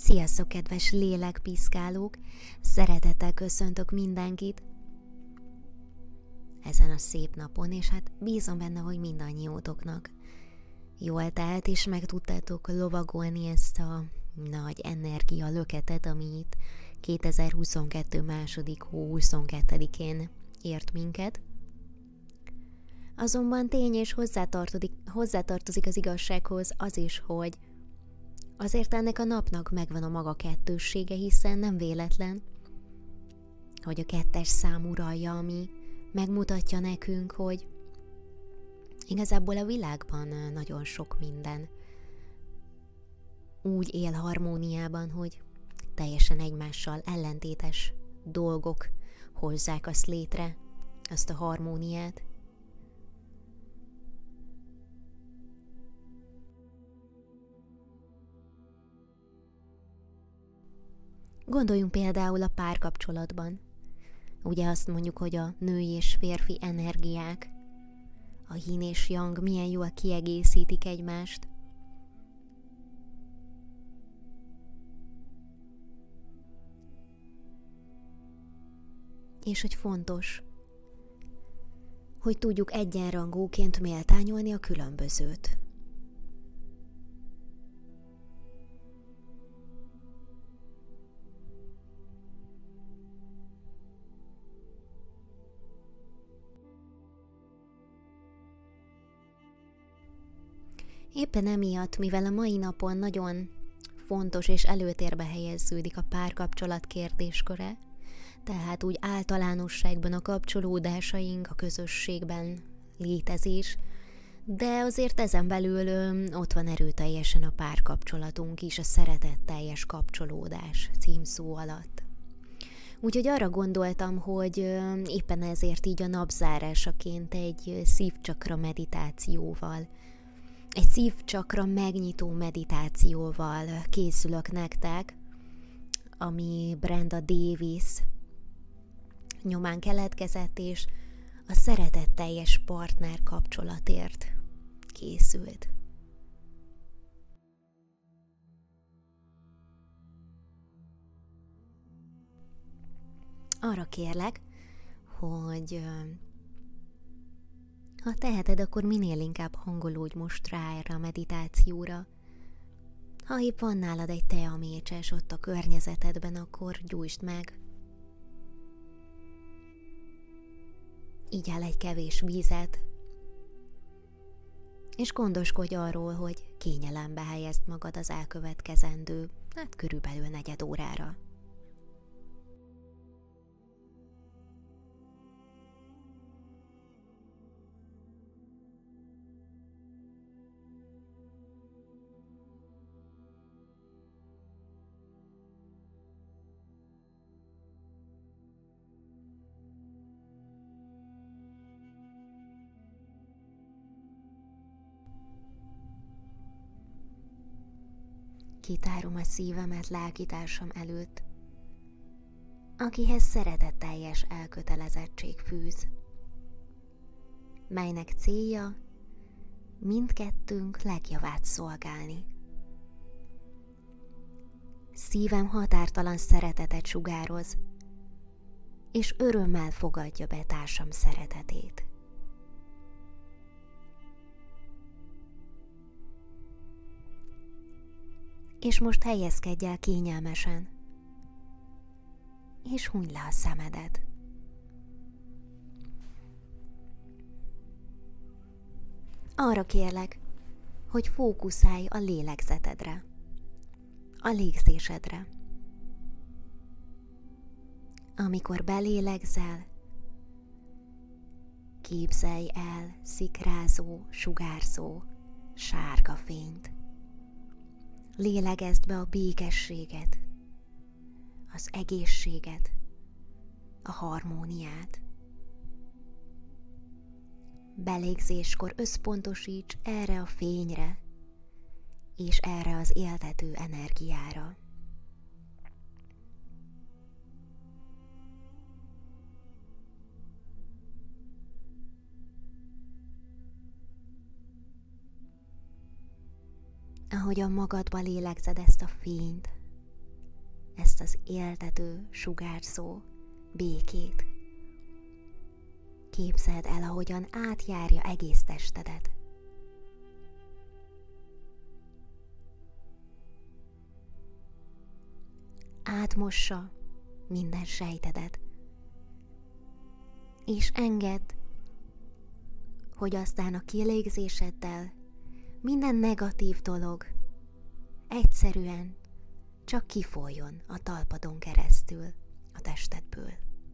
Sziasztok, kedves lélekpiszkálók! Szeretettel köszöntök mindenkit ezen a szép napon, és hát bízom benne, hogy mindannyiótoknak jól telt, és meg tudtátok lovagolni ezt a nagy energia löketet, ami itt 2022. második hó 22-én ért minket. Azonban tény és hozzátartozik az igazsághoz az is, hogy azért ennek a napnak megvan a maga kettőssége, hiszen nem véletlen, hogy a 2. szám uralja, ami megmutatja nekünk, hogy igazából a világban nagyon sok minden úgy él harmóniában, hogy teljesen egymással ellentétes dolgok hozzák azt létre, azt a harmóniát. Gondoljunk például a párkapcsolatban. Ugye azt mondjuk, hogy a női és férfi energiák, a yin és yang milyen jól kiegészítik egymást. És hogy fontos, hogy tudjuk egyenrangúként méltányolni a különbözőt. Éppen emiatt, mivel a mai napon nagyon fontos és előtérbe helyeződik a párkapcsolat kérdésköre, tehát úgy általánosságban a kapcsolódásaink, a közösségben létezés, de azért ezen belül ott van erőteljesen a párkapcsolatunk is, a szeretetteljes kapcsolódás címszó alatt. Úgyhogy arra gondoltam, hogy éppen ezért így a napzárásaként egy szívcsakra meditációval, egy szívcsakra megnyitó meditációval készülök nektek, ami Brenda Davis nyomán keletkezett, és a szeretetteljes partner kapcsolatért készült. Arra kérlek, hogy ha teheted, akkor minél inkább hangolódj most rá erre a meditációra. Ha épp van nálad egy teamécses ott a környezetedben, akkor gyújtsd meg. Igyál egy kevés vízet, és gondoskodj arról, hogy kényelembe helyezd magad az elkövetkezendő, körülbelül 4 órára. Kitárom a szívemet lelkitársam előtt, akihez szeretetteljes elkötelezettség fűz, melynek célja mindkettőnk legjavát szolgálni. Szívem határtalan szeretetet sugároz, és örömmel fogadja be társam szeretetét. És most helyezkedj el kényelmesen, és hunyd le a szemedet. Arra kérlek, hogy fókuszálj a lélegzetedre, a légzésedre. Amikor belélegzel, képzelj el szikrázó, sugárzó, sárga fényt. Lélegezd be a békességet, az egészséget, a harmóniát. Belégzéskor összpontosíts erre a fényre, és erre az éltető energiára. Ahogyan magadba lélegzed ezt a fényt, ezt az éltető, sugárzó békét. Képzeld el, ahogyan átjárja egész testedet. Átmossa minden sejtedet, és engedd, hogy aztán a kilégzéseddel minden negatív dolog egyszerűen csak kifolyjon a talpadon keresztül a testedből.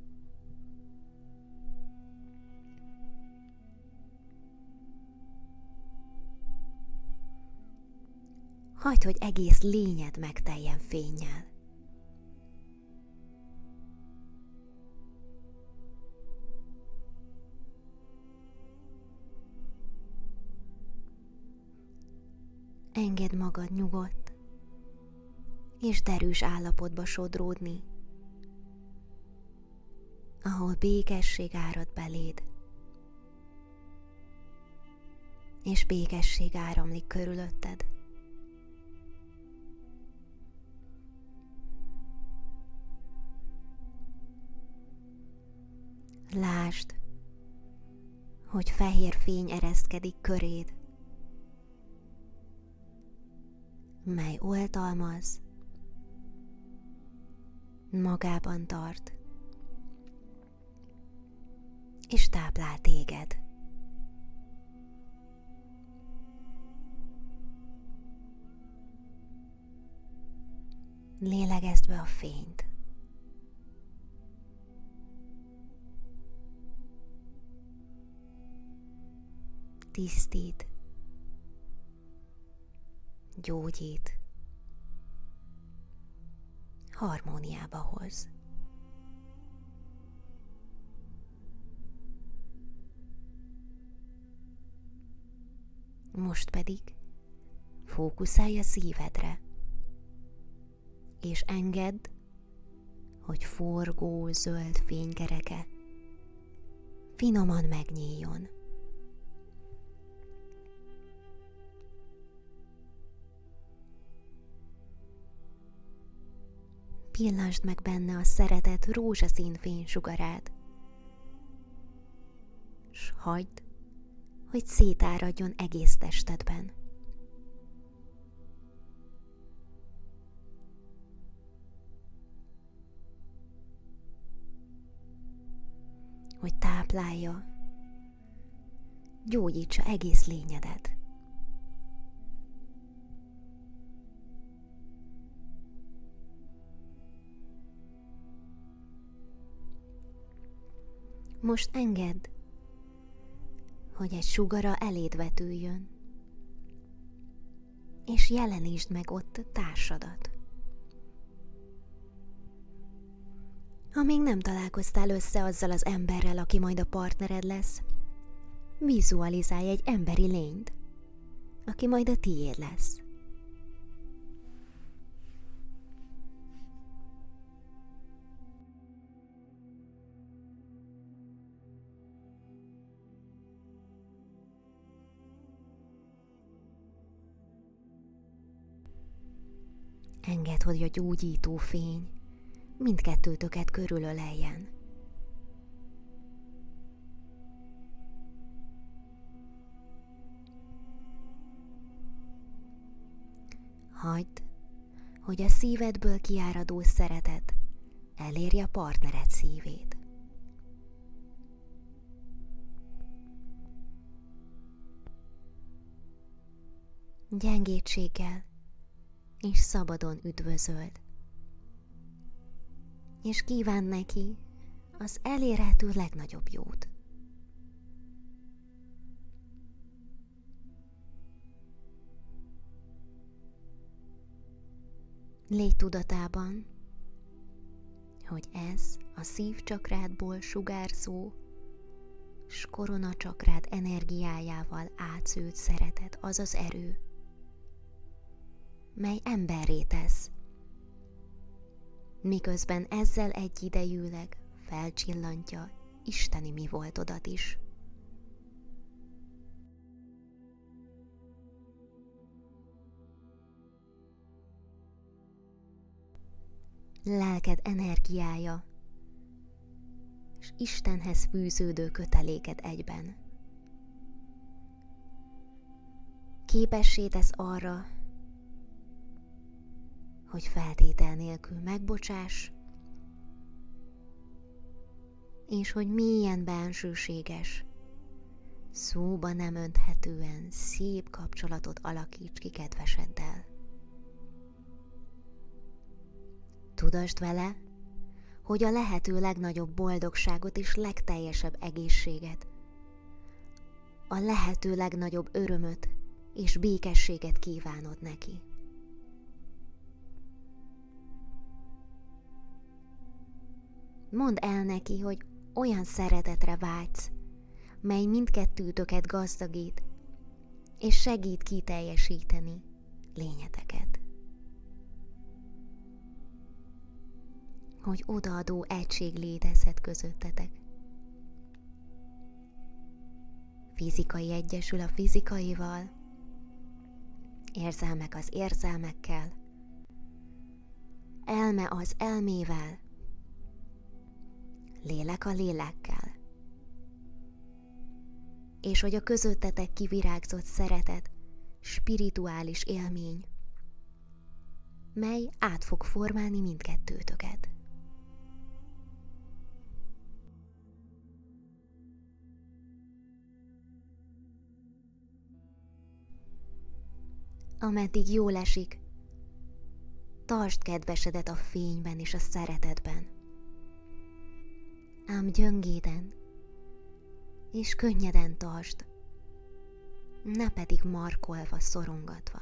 Hagyd, hogy egész lényed megteljen fénnyel. Engedd magad nyugodt és derűs állapotba sodródni, ahol békesség árad beléd, és békesség áramlik körülötted. Lásd, hogy fehér fény ereszkedik köréd, mely oltalmaz, magában tart, és táplál téged. Lélegezd be a fényt. Tisztít, gyógyít, harmóniába hoz. Most pedig fókuszálj a szívedre, és engedd, hogy forgó zöld fénykereke finoman megnyíljon. Pillantsd meg benne a szeretet rózsaszín fénysugarát, s hagyd, hogy szétáradjon egész testedben. Hogy táplálja, gyógyítsa egész lényedet. Most engedd, hogy egy sugara eléd vetüljön, és jelenítsd meg ott társadat. Ha még nem találkoztál össze azzal az emberrel, aki majd a partnered lesz, vizualizálj egy emberi lényt, aki majd a tiéd lesz. Engedd, hogy a gyógyító fény mindkettőtöket körülöleljen. Hagyd, hogy a szívedből kiáradó szeretet elérje a partnered szívét. Gyengétséggel és szabadon üdvözöld, és kíván neki az elérhető legnagyobb jót. Légy tudatában, hogy ez a szívcsakrádból sugárzó s koronacsakrád energiájával átszőtt szeretet az az erő, mely emberré tesz, miközben ezzel egyidejűleg felcsillantja isteni mi voltodat is. lelked energiája, és Istenhez fűződő köteléked egyben. Képessé tesz arra, hogy feltétel nélkül megbocsáss, és hogy milyen bensőséges, szóba nem önthetően szép kapcsolatot alakíts ki kedveseddel. Tudasd vele, hogy a lehető legnagyobb boldogságot és legteljesebb egészséget, a lehető legnagyobb örömöt és békességet kívánod neki. Mondd el neki, hogy olyan szeretetre vágysz, mely mindkettőtöket gazdagít, és segít kiteljesíteni lényeteket. Hogy odaadó egység létezhet közöttetek. Fizikai egyesül a fizikaival, érzelmek az érzelmekkel, elme az elmével, lélek a lélekkel. És hogy a közöttetek kivirágzott szeretet, spirituális élmény, mely át fog formálni mindkettőtöket. Ameddig jól esik, tartsd kedvesedet a fényben és a szeretetben. Ám gyöngéden és könnyeden tartsd, ne pedig markolva, szorongatva.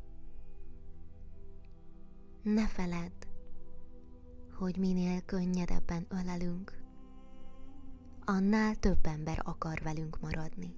Ne feledd, hogy minél könnyedebben ölelünk, annál több ember akar velünk maradni.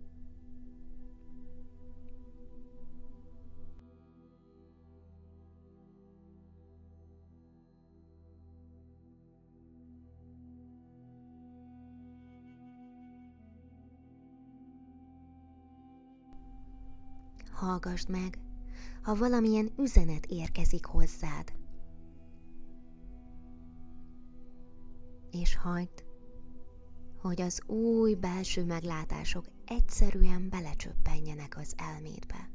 Hallgassd meg, ha valamilyen üzenet érkezik hozzád. És hagyd, hogy az új belső meglátások egyszerűen belecsöppenjenek az elmédbe.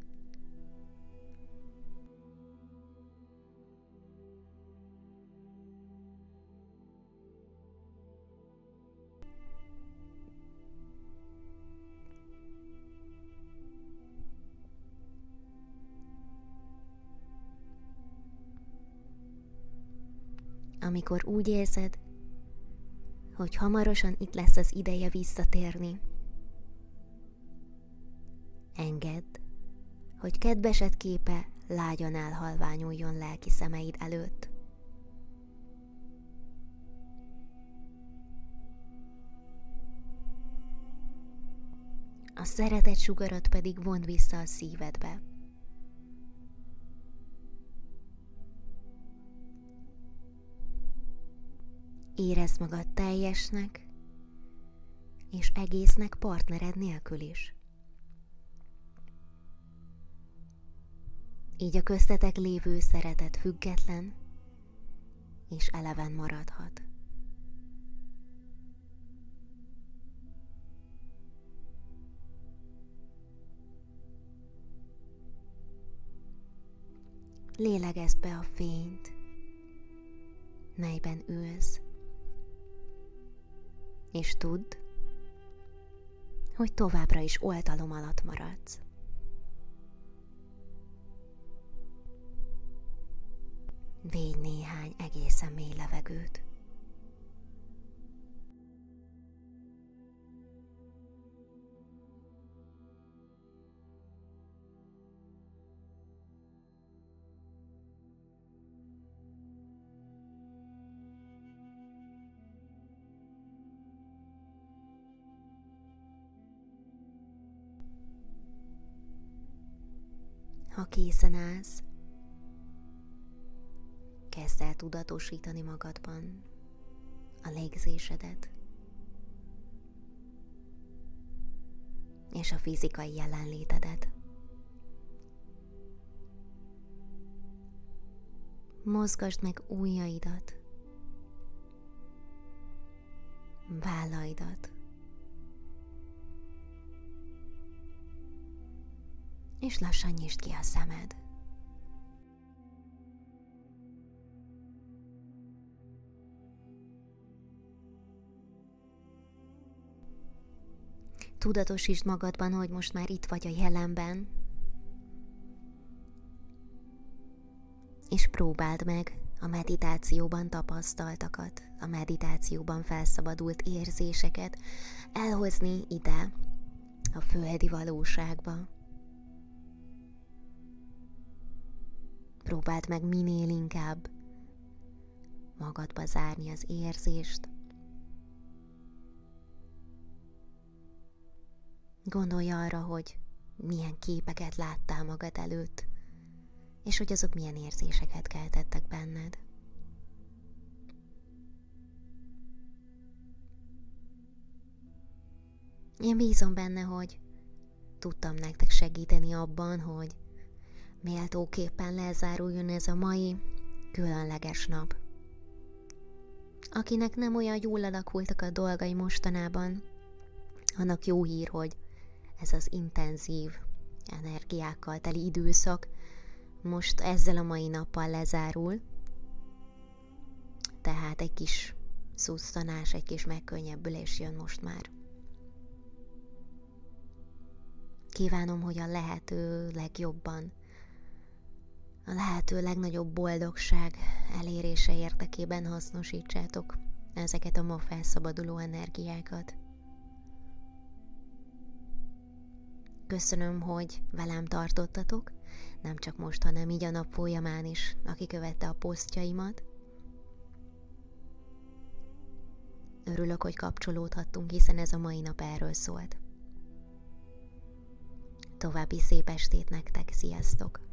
Amikor úgy érzed, hogy hamarosan itt lesz az ideje visszatérni, engedd, hogy kedvesed képe lágyan elhalványuljon lelki szemeid előtt. A szeretet sugarat pedig vondd vissza a szívedbe. Érezd magad teljesnek és egésznek partnered nélkül is. Így a köztetek lévő szeretet független és eleven maradhat. Lélegezd be a fényt, melyben ülsz, és tudd, hogy továbbra is oltalom alatt maradsz. Védj néhány egészen mély levegőt. Ha készen állsz, kezd el tudatosítani magadban a légzésedet és a fizikai jelenlétedet. Mozgasd meg ujjaidat, vállaidat, és lassan nyisd ki a szemed. Tudatosítsd magadban, hogy most már itt vagy a jelenben, és próbáld meg a meditációban tapasztaltakat, a meditációban felszabadult érzéseket elhozni ide, a földi valóságba. Próbáld meg minél inkább magadba zárni az érzést. Gondolj arra, hogy milyen képeket láttál magad előtt, és hogy azok milyen érzéseket keltettek benned. Én bízom benne, hogy tudtam nektek segíteni abban, hogy méltóképpen lezáruljon ez a mai különleges nap. Akinek nem olyan jól alakultak a dolgai mostanában, annak jó hír, hogy ez az intenzív energiákkal teli időszak most ezzel a mai nappal lezárul, tehát egy kis szusszanás, egy kis megkönnyebbülés jön most már. Kívánom, hogy a lehető legjobban, a lehető legnagyobb boldogság elérése érdekében hasznosítsátok ezeket a ma felszabaduló energiákat. Köszönöm, hogy velem tartottatok, nem csak most, hanem így a nap folyamán is, aki követte a posztjaimat. Örülök, hogy kapcsolódhattunk, hiszen ez a mai nap erről szólt. További szép estét nektek, sziasztok!